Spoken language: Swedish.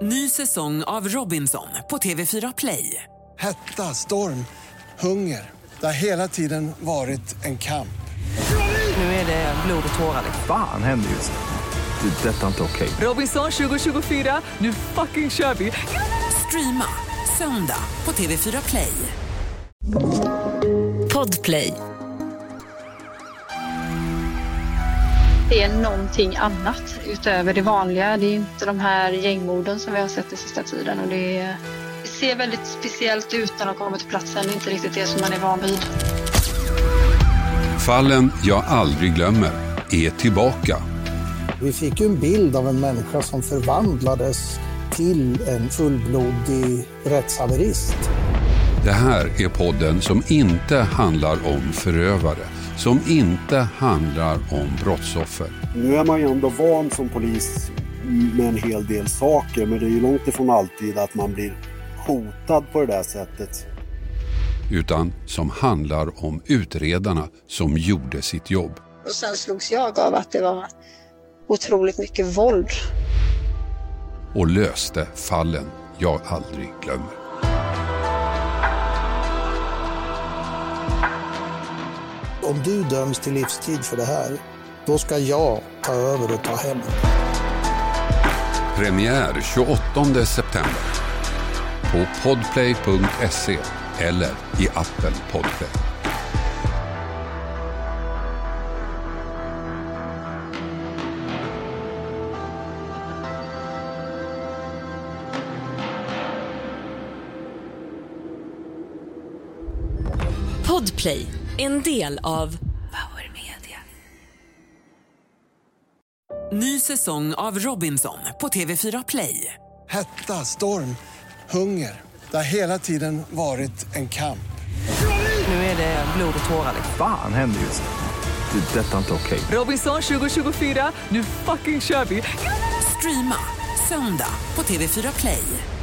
Ny säsong av Robinson på TV4 Play. Hetta, storm, hunger. Det har hela tiden varit en kamp. Nu är det blod och tårar. Fan händer just nu. Det. Detta är inte okej. Robinson 2024, nu fucking kör vi. Streama söndag på TV4 Play. Podplay. Det är någonting annat utöver det vanliga. Det är inte de här gängmorden som vi har sett den sista tiden. Och det ser väldigt speciellt ut när de kommer till platsen. Det är inte riktigt det som man är van vid. Fallen jag aldrig glömmer är tillbaka. Vi fick ju en bild av en människa som förvandlades till en fullblodig rättshaverist. Det här är podden som inte handlar om förövare, som inte handlar om brottsoffer. Nu är man ju ändå van som polis med en hel del saker, men det är ju långt ifrån alltid att man blir hotad på det där sättet. Utan som handlar om utredarna som gjorde sitt jobb. Och sen slogs jag av att det var otroligt mycket våld. Och löste fallen jag aldrig glömmer. Om du döms till livstid för det här, då ska jag ta över och ta hem. Premiär 28 september. På podplay.se eller i appen Podplay. Podplay, en del av Power Media. Ny säsong av Robinson på TV4 Play. Hetta, storm, hunger. Det har hela tiden varit en kamp. Nu är det blod och tårar. Fan händer just nu. Detta är inte okej. Robinson 2024, nu fucking kör vi. Streama söndag på TV4 Play.